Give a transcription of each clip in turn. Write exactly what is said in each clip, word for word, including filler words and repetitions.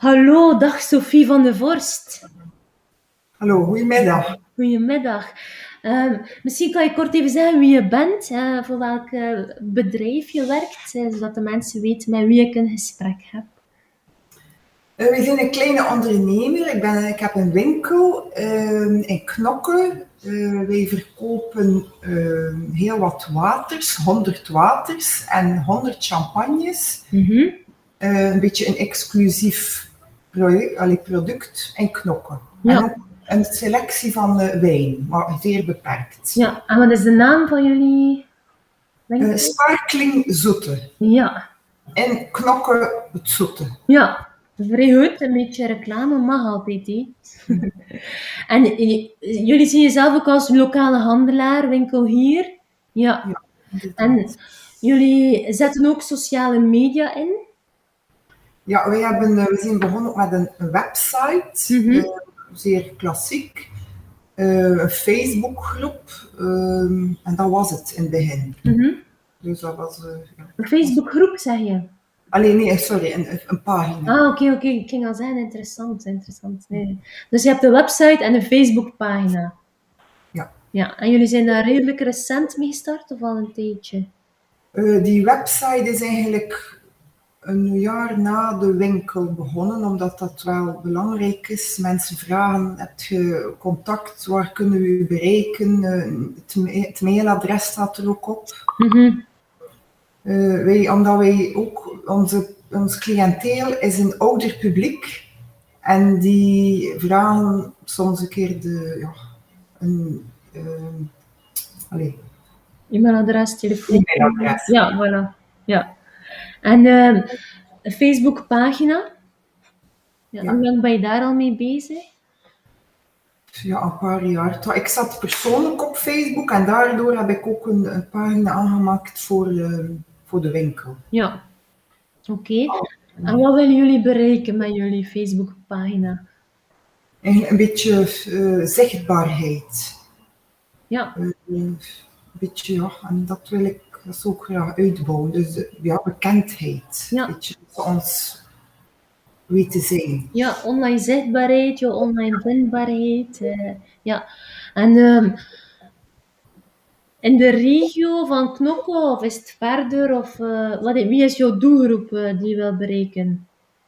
Hallo, dag Sophie van de Vorst. Hallo, goedemiddag. Goedemiddag. Um, misschien kan je kort even zeggen wie je bent, uh, voor welk uh, bedrijf je werkt, uh, zodat de mensen weten met wie ik een gesprek heb. Uh, we zijn een kleine ondernemer. Ik, ben, ik heb een winkel uh, in Knokke. Uh, wij verkopen uh, heel wat waters, honderd waters en honderd champagnes. Mm-hmm. Uh, een beetje een exclusief product, allee, product in Knokke. Ja. En ook een selectie van uh, wijn, maar zeer beperkt. Ja, en wat is de naam van jullie winkel? Uh, Sparkling Zoete. Ja. In Knokke het Zoete. Ja, vrij goed. Een beetje reclame mag altijd, hè. En j- jullie zien jezelf ook als lokale handelaar, winkel hier. Ja. Ja, En jullie zetten ook sociale media in? Ja, wij hebben, we zijn begonnen met een, een website, Mm-hmm. uh, zeer klassiek, uh, een Facebookgroep, uh, en dat was het in het begin. Mm-hmm. Dus dat was... Uh, ja. Een Facebookgroep, zeg je? Alleen nee, sorry, een, een pagina. Ah, oké, okay, oké. Okay. Ik ging al zeggen, interessant, interessant. Nee. Dus je hebt een website en een Facebookpagina. Ja. Ja, en jullie zijn daar redelijk recent mee gestart, of al een tijdje? Uh, die website is eigenlijk een jaar na de winkel begonnen, omdat dat wel belangrijk is. Mensen vragen, heb je contact, waar kunnen we u bereiken? Uh, het, het mailadres staat er ook op. Mm-hmm. Uh, wij, omdat wij ook, onze, ons cliënteel is een ouder publiek en die vragen soms een keer de, ja, een, uh, allez. E-mailadres, telefoon. E-mailadres. Ja, voilà. Ja. En uh, een Facebookpagina? Ja, Ja. Hoe lang ben je daar al mee bezig? Ja, een paar jaar. Ik zat persoonlijk op Facebook en daardoor heb ik ook een, een pagina aangemaakt voor, uh, voor de winkel. Ja, oké. Okay. En wat willen jullie bereiken met jullie Facebookpagina? Een beetje uh, zichtbaarheid. Ja. Uh, een beetje, ja, en dat wil ik dat is ook graag uitbouwen. Dus uh, ja, bekendheid. Ja. Een beetje ons weten zijn. Ja, online zichtbaarheid, je online vindbaarheid. Uh, ja. En uh, in de regio van Knokke, of is het verder? Of, uh, wat, wie is jouw doelgroep uh, die je wil bereiken?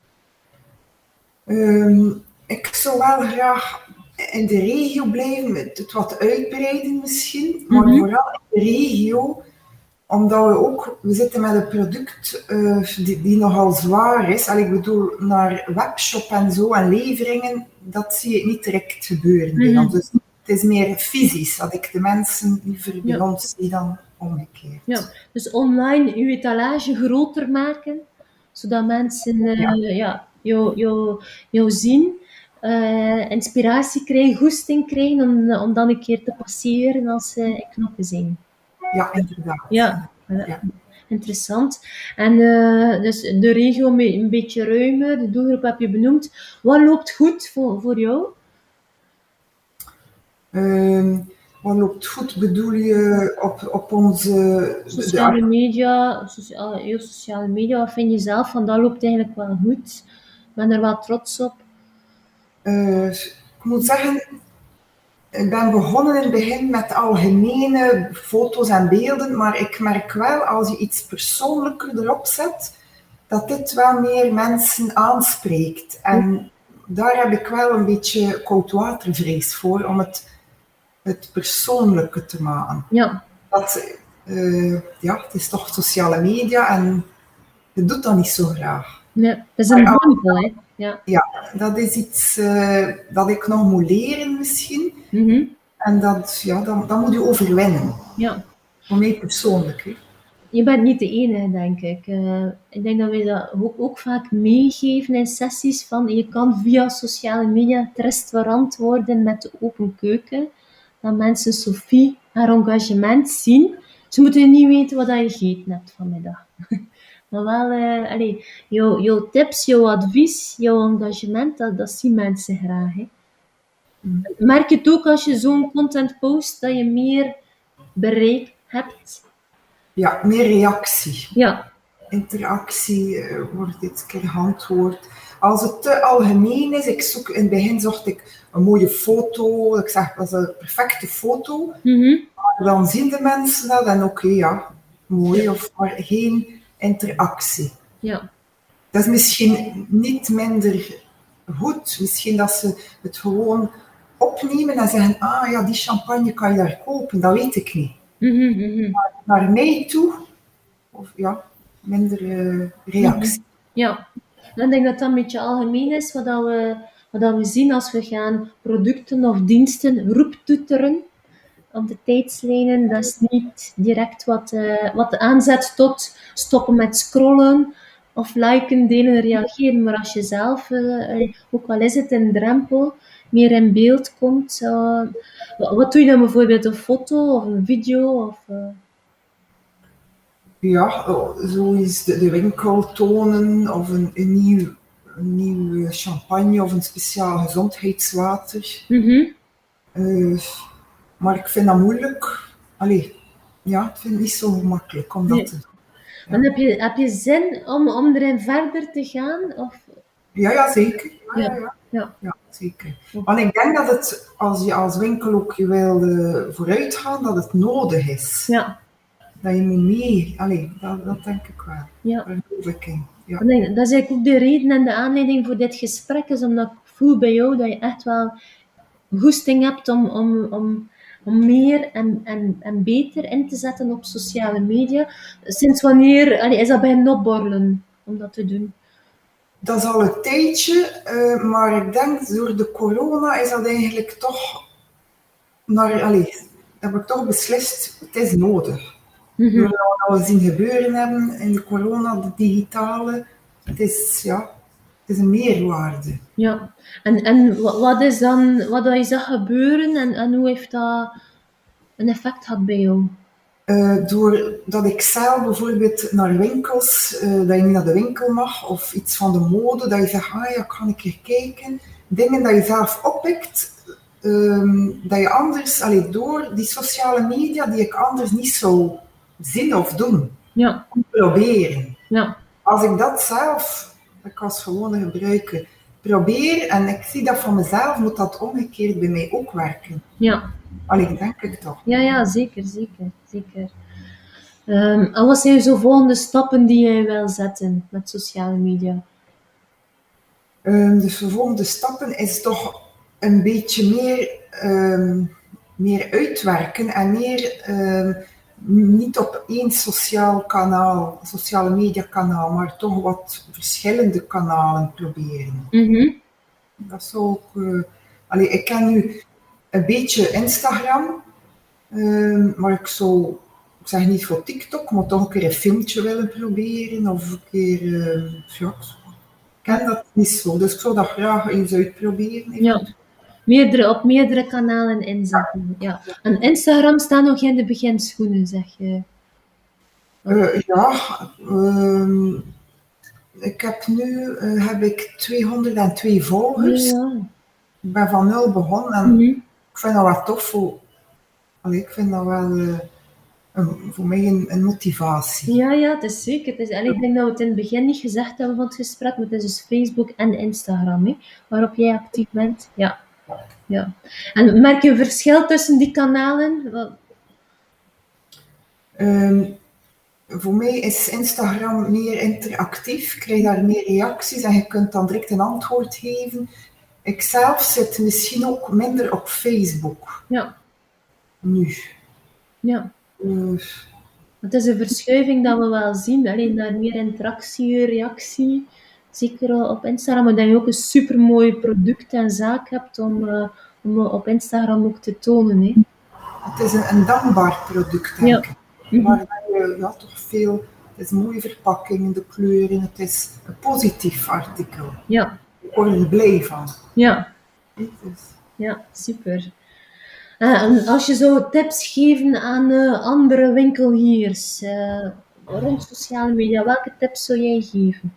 Um, ik zou wel graag in de regio blijven, het wat uitbreiden misschien, maar mm-hmm. vooral in de regio, omdat we ook, we zitten met een product uh, die, die nogal zwaar is. Allee, ik bedoel, naar webshop en zo en leveringen, dat zie ik niet direct gebeuren bij Mm-hmm. ons. Dus het is meer fysisch, dat ik de mensen liever bij Ja. ons zie dan omgekeerd. Ja, dus online je etalage groter maken, zodat mensen uh, ja. Ja, jou, jou, jou zien, uh, inspiratie krijgen, goesting krijgen om, om dan een keer te passeren als ze in Knokke zijn. Ja, inderdaad. Ja, ja. Interessant. En uh, dus de regio een beetje ruimer, de doelgroep heb je benoemd. Wat loopt goed voor, voor jou? Um, wat loopt goed, bedoel je op, op onze... Sociale de... media, sociale, heel sociale media, wat vind je zelf van dat loopt eigenlijk wel goed? Ik ben er wel trots op. Uh, ik moet zeggen, ik ben begonnen in het begin met algemene foto's en beelden, maar ik merk wel, als je iets persoonlijker erop zet, dat dit wel meer mensen aanspreekt. En daar heb ik wel een beetje koudwatervrees voor, om het, het persoonlijke te maken. Ja. Dat, uh, ja, het is toch sociale media en je doet dat niet zo graag. Nee, dat is een drempel, hè. Ja. Ja, dat is iets uh, dat ik nog moet leren misschien. Mm-hmm. En dat, ja, dat, dat moet je overwinnen. Ja. Voor mij persoonlijk. Hè. Je bent niet de enige, denk ik. Uh, ik denk dat wij dat ook, ook vaak meegeven in sessies van je kan via sociale media het restaurant worden met de open keuken. Dat mensen Sophie haar engagement zien. Ze moeten niet weten wat je gegeten hebt vanmiddag. Maar wel, uh, allez, jouw, jouw tips, jouw advies, jouw engagement, dat, dat zien mensen graag. Hè. Mm. Merk je het ook als je zo'n content post, dat je meer bereik hebt? Ja, meer reactie. Ja. Interactie, uh, wordt dit keer geantwoord. als het te algemeen is, ik zoek, in het begin zocht ik een mooie foto, ik zeg, dat is een perfecte foto. Mhm. Dan zien de mensen dat en oké, okay, ja, mooi, of maar geen interactie. Ja. Dat is misschien niet minder goed. Misschien dat ze het gewoon opnemen en zeggen, ah ja, die champagne kan je daar kopen, dat weet ik niet. Mhm, mhm. Maar naar mij toe, of ja, minder uh, reactie. Ja, ik denk dat dat een beetje algemeen is, wat, dat we, wat dat we zien als we gaan producten of diensten roeptoeteren op de tijdslijnen. Dat is niet direct wat, uh, wat aanzet tot stoppen met scrollen of liken, delen, reageren. Maar als je zelf, uh, ook al is het een drempel, meer in beeld komt. Uh, wat doe je dan bijvoorbeeld? Een foto of een video? Of, uh... Ja, zo is de, de winkel tonen of een, een, nieuw, een nieuwe champagne of een speciaal gezondheidswater. Mm-hmm. Uh, maar ik vind dat moeilijk. Allee, ja, ik vind het niet zo makkelijk om dat nee. te doen. Ja. En heb je, heb je zin om, om erin verder te gaan? Of? Ja, ja, zeker. Ja, ja. ja, ja. ja. ja zeker. Want ik denk dat het, als je als winkel ook je wil uh, vooruit gaan, dat het nodig is. Ja. Dat je moet mee. Allee, dat, dat denk ik wel. Ja. Daar geloof ik in. Ja. Dat is eigenlijk ook de reden en de aanleiding voor dit gesprek, is omdat ik voel bij jou dat je echt wel goesting hebt om, om, om, om meer en, en, en beter in te zetten op sociale media. Sinds wanneer allee, is dat beginnen opborrelen om dat te doen? Dat is al een tijdje, uh, maar ik denk door de corona is dat eigenlijk toch naar, allee, heb ik toch beslist, het is nodig. Mm-hmm. Door wat we zien gebeuren hebben in de corona, de digitale, het is, ja, het is een meerwaarde. Ja, en, en wat is dan, wat is dat gebeuren en, en hoe heeft dat een effect gehad bij jou? Uh, doordat ik zelf bijvoorbeeld naar winkels, uh, dat je niet naar de winkel mag, of iets van de mode, dat je zegt, ah ja, kan ik er kijken. Dingen dat je zelf oppikt, um, dat je anders, allee, door die sociale media, die ik anders niet zou zien of doen, ja. proberen. Ja. Als ik dat zelf, ik als gewone gebruiker, probeer en ik zie dat van mezelf, moet dat omgekeerd bij mij ook werken. Ja. Allee, denk ik toch. Ja, ja, zeker, zeker, zeker. Um, en wat zijn zo volgende stappen die jij wil zetten met sociale media? Um, dus de volgende stappen is toch een beetje meer, um, meer uitwerken en meer um, niet op één sociaal kanaal, sociale media kanaal, maar toch wat verschillende kanalen proberen. Mm-hmm. Dat is ook, uh, allee, ik ken nu een beetje Instagram, um, maar ik zou, ik zeg niet voor TikTok, maar toch een keer een filmpje willen proberen of een keer, uh, ja, ik ken dat niet zo, dus ik zou dat graag eens uitproberen. Ja, meerdere, op meerdere kanalen inzetten. Ja. Ja. En Instagram staat nog in de beginschoenen, zeg je? Uh, ja, um, ik heb nu uh, heb ik tweehonderdtwee volgers. Ja. Ik ben van nul begonnen en mm-hmm. ik vind dat wel tof. Voor, allee, ik vind dat wel uh, een, voor mij een, een motivatie. Ja, ja, het is zeker. Het is, allee, ik denk dat we het in het begin niet gezegd hebben van het gesprek, maar het is dus Facebook en Instagram, hè, waarop jij actief bent. Ja. Ja. En merk je een verschil tussen die kanalen? Um, voor mij is Instagram meer interactief. Ik krijg daar meer reacties en je kunt dan direct een antwoord geven. Ik zelf zit misschien ook minder op Facebook. Ja. Nu. Ja. Uh, het is een verschuiving dat we wel zien. Alleen naar meer interactie, reactie. Zeker op Instagram, maar dat je ook een supermooi product en zaak hebt om, uh, om op Instagram ook te tonen. Hè. Het is een, een dankbaar product, denk ik. Ja. Maar je ja, toch veel, het is een mooie verpakking, de kleuren, het is een positief artikel. Ja. Ik word er blij van. Ja. Dus. Ja, super. Uh, en als je zou tips geven aan uh, andere winkeliers uh, rond sociale media, welke tips zou jij geven?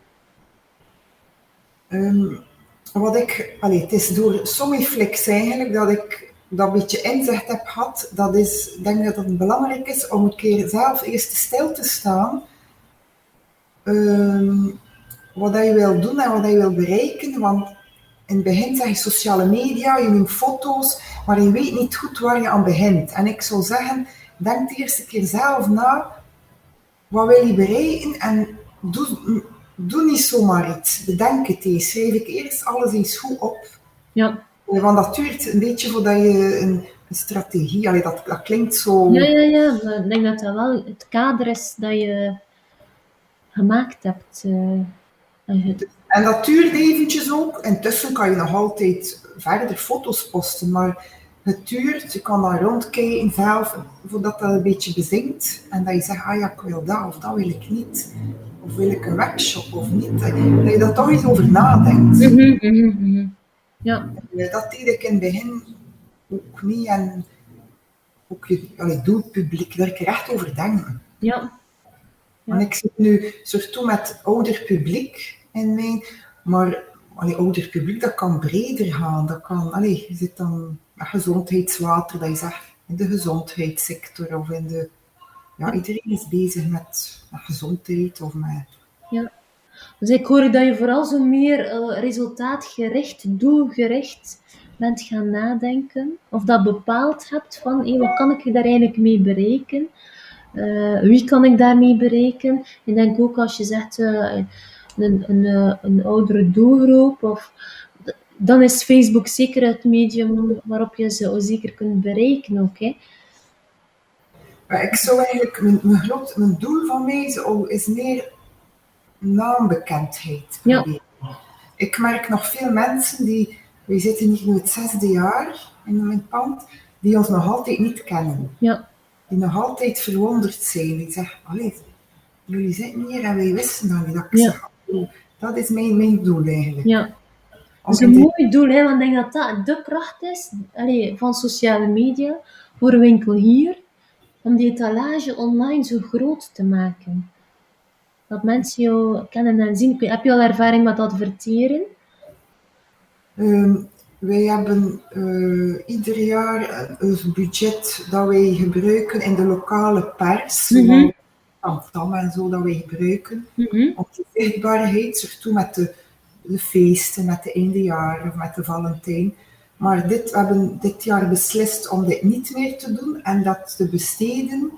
Um, wat ik, allee, het is door Somiflix eigenlijk dat ik dat beetje inzicht heb gehad. Dat is, ik denk dat het belangrijk is om een keer zelf eerst stil te staan. Um, wat dat je wil doen en wat dat je wil bereiken. Want in het begin zeg je sociale media, je neemt foto's, maar je weet niet goed waar je aan begint. En ik zou zeggen, denk de eerste keer zelf na, wat wil je bereiken en doe, doe niet zomaar iets. Bedenk het eens. Schrijf ik eerst alles eens goed op. Ja. Want dat duurt een beetje voordat je een, een strategie, allee, dat, dat klinkt zo... Ja, ja, ja. Maar ik denk dat dat wel het kader is dat je gemaakt hebt. Uh, en dat duurt eventjes ook. Intussen kan je nog altijd verder foto's posten, maar het duurt, je kan daar rondkijken zelf, voordat dat een beetje bezinkt. En dat je zegt, ah ja, ik wil dat of dat wil ik niet. Of wil ik een workshop of niet. Dat je daar toch eens over nadenkt. Mm-hmm, mm-hmm. Ja. Dat deed ik in het begin ook niet. En ook je allee, doelpubliek, daar kan je echt over denken. Ja. Ja. Want ik zit nu surtout met ouder publiek in mijn... Maar allee, ouder publiek, dat kan breder gaan. Dat kan, allee, je zit dan met gezondheidswater, dat je zegt, in de gezondheidssector of in de... Ja, iedereen is bezig met, met gezondheid of met... Ja. Dus ik hoor dat je vooral zo meer uh, resultaatgericht, doelgericht bent gaan nadenken. Of dat bepaald hebt van, hey, wat kan ik daar eigenlijk mee bereiken? Uh, wie kan ik daarmee bereiken? Ik denk ook als je zegt uh, een, een, een oudere doelgroep, of, dan is Facebook zeker het medium waarop je ze zeker kunt bereiken ook. Hè? Maar ik zou eigenlijk, mijn, mijn, groot, mijn doel van mij is meer naambekendheid. Ja. Ik merk nog veel mensen die, we zitten hier nu het zesde jaar in mijn pand, die ons nog altijd niet kennen. Ja. Die nog altijd verwonderd zijn. Die zeggen, allee, jullie zitten hier en wij wisten dat niet. Dat, ik ja. zeg, dat is mijn, mijn doel eigenlijk. Ja. Dat is een de... mooi doel, hè, want ik denk dat dat de kracht is allee, van sociale media voor een winkel hier, om die etalage online zo groot te maken. Dat mensen jou kennen en zien. Heb je al ervaring met adverteren? Um, wij hebben uh, ieder jaar een budget dat wij gebruiken in de lokale pers. Mm-hmm. Amsterdam en zo dat wij gebruiken. Mm-hmm. Om de zichtbaarheid, surtout met de, de feesten, met de eindejaar of met de Valentijn. Maar dit, we hebben dit jaar beslist om dit niet meer te doen en dat te besteden.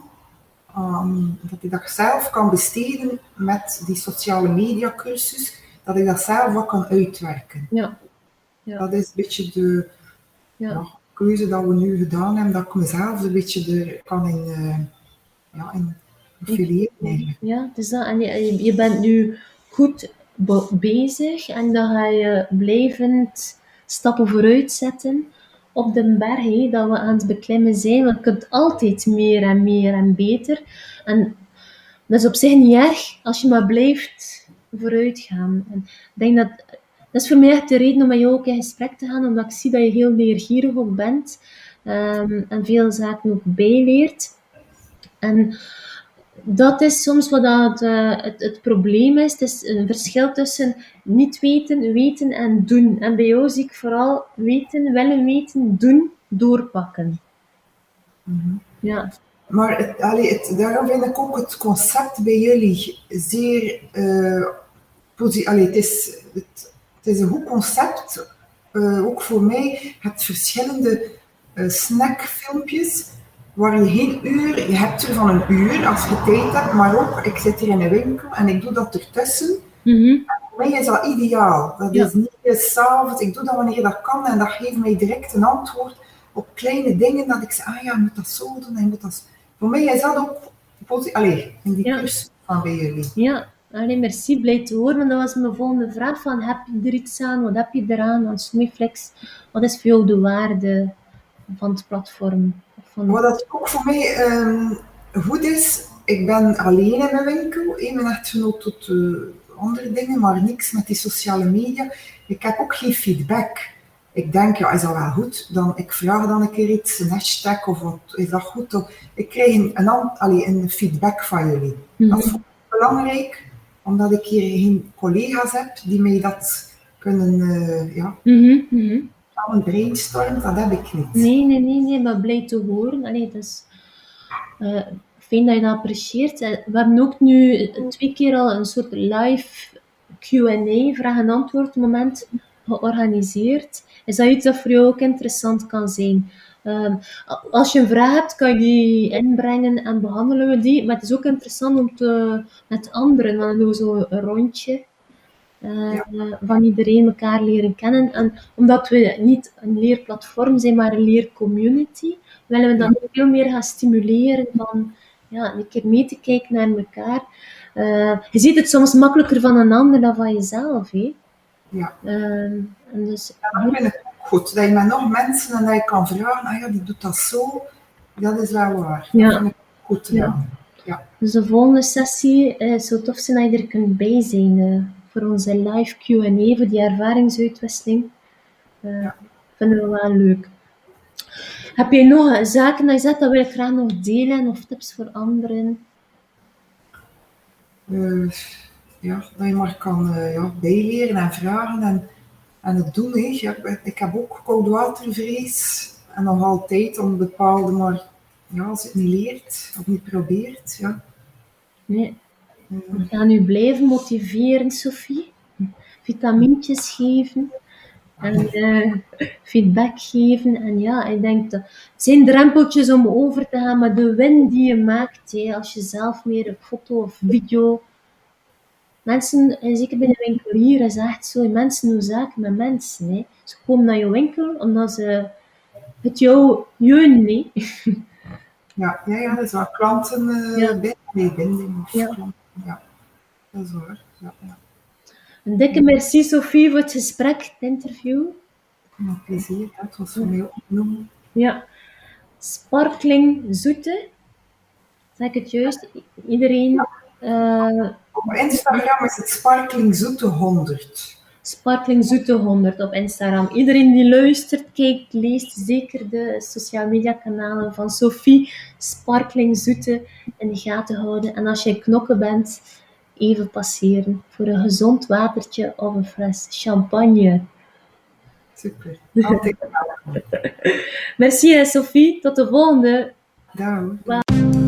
Um, dat ik dat zelf kan besteden met die sociale media cursus, dat ik dat zelf wat kan uitwerken. Ja. Ja. Dat is een beetje de ja. Ja, keuze dat we nu gedaan hebben, dat ik mezelf een beetje er kan in, uh, ja, in affiliëren eigenlijk. Ja, dus dat, en je, je bent nu goed be- bezig en dan ga je blijvend stappen vooruit zetten op de berg, he, dat we aan het beklimmen zijn, want je kunt altijd meer en meer en beter. En dat is op zich niet erg, als je maar blijft vooruit gaan. En ik denk dat, dat is voor mij echt de reden om met jou ook in gesprek te gaan, omdat ik zie dat je heel leergierig ook bent, um, en veel zaken ook bijleert. En dat is soms wat dat, uh, het, het probleem is. Het is een verschil tussen niet weten, weten en doen. En bij jou zie ik vooral weten, willen weten, doen, doorpakken. Mm-hmm. Ja. Maar het, allee, het, daarom vind ik ook het concept bij jullie zeer... Uh, posi- allee, het, is, het, het is een goed concept. Uh, ook voor mij. Je hebt verschillende uh, snackfilmpjes waar je geen uur, je hebt er van een uur als je tijd hebt, maar ook, ik zit hier in een winkel en ik doe dat ertussen. Mm-hmm. En voor mij is dat ideaal. Dat ja. is niet uh, 's avonds, ik doe dat wanneer dat kan en dat geeft mij direct een antwoord op kleine dingen dat ik zeg, ah ja, je moet dat zo doen en je moet dat... Voor mij is dat ook, allee, in die ja. cursus van bij jullie. Ja, allee, merci, blij te horen. Dat was mijn volgende vraag van, heb je er iets aan, wat heb je eraan aan Smiflex? Wat is voor jou de waarde van het platform? Van... Wat dat ook voor mij um, goed is, ik ben alleen in mijn winkel, ik ben echtgenoot tot uh, andere dingen, maar niks met die sociale media. Ik heb ook geen feedback. Ik denk, ja, is dat wel goed? Dan, ik vraag dan een keer iets, een hashtag of wat, is dat goed? Of, ik krijg een, een, allee, een feedback van jullie. Mm-hmm. Dat is belangrijk, omdat ik hier geen collega's heb die mij dat kunnen, uh, ja... Mm-hmm. Mm-hmm. Een brainstorm, dat heb ik niet. Nee, nee, nee, nee, maar blij te horen. Allee, het is uh, fijn dat je dat apprecieert. We hebben ook nu twee keer al een soort live Q en A, vraag- en antwoord moment georganiseerd. Is dat iets dat voor jou ook interessant kan zijn? Um, als je een vraag hebt, kan je die inbrengen en behandelen we die. Maar het is ook interessant om te, met anderen, want dan doen we zo een rondje. Uh, ja. Van iedereen elkaar leren kennen. En omdat we niet een leerplatform zijn, maar een leercommunity, willen we dat ja. veel meer gaan stimuleren van ja, een keer mee te kijken naar elkaar. Uh, je ziet het soms makkelijker van een ander dan van jezelf. Hè? Ja. Uh, en dus, ja, dat vind ik ook goed. Dat je met nog mensen en dat je kan vragen, ah ja, die doet dat zo. Dat is wel waar. Dat ja. vind ik goed. Ja. Ja. Ja. Dus de volgende sessie uh, zou tof zijn dat je er kunt bij zijn. Uh, voor onze live Q en A, voor die ervaringsuitwisseling. Uh, ja. Vinden we wel leuk. Heb je nog zaken dat je zegt, dat wil ik graag nog delen, of tips voor anderen? Uh, ja, dat je maar kan uh, ja, bijleren en vragen en, en het doen. Hè. Ja, ik heb ook koudwatervrees en nog altijd om bepaalde, maar ja, als het niet leert of niet probeert. Ja. Nee. We gaan u blijven motiveren, Sophie. Vitamintjes geven. En uh, feedback geven. En ja, ik denk dat het zijn drempeltjes om over te gaan. Maar de win die je maakt, hè, als je zelf meer een foto of video... Mensen, zeker bij de winkelier, is echt zo. Mensen doen zaken met mensen. Hè. Ze komen naar je winkel omdat ze het jou jeunen. Hè. Ja, ja, ja, dat is waar. Klanten uh, ja. bij binding. Of ja. Klanten, ja, dat is waar. Ja, ja. Een dikke merci, Sophie, voor het gesprek, het interview. Ja, plezier. Het was voor mij ook opgenomen. Ja. Sparkling zoete. Zeg ik het juist? Iedereen... Ja. Uh, op Instagram is het Sparkling zoete honderd. Sparkling zoete honderd op Instagram. Iedereen die luistert, kijkt, leest zeker de sociale media kanalen van Sophie Sparkling zoete in de gaten houden. En als je knokken bent, even passeren voor een gezond watertje of een fles champagne. Super. Altijd. Merci Sophie, tot de volgende. Dag.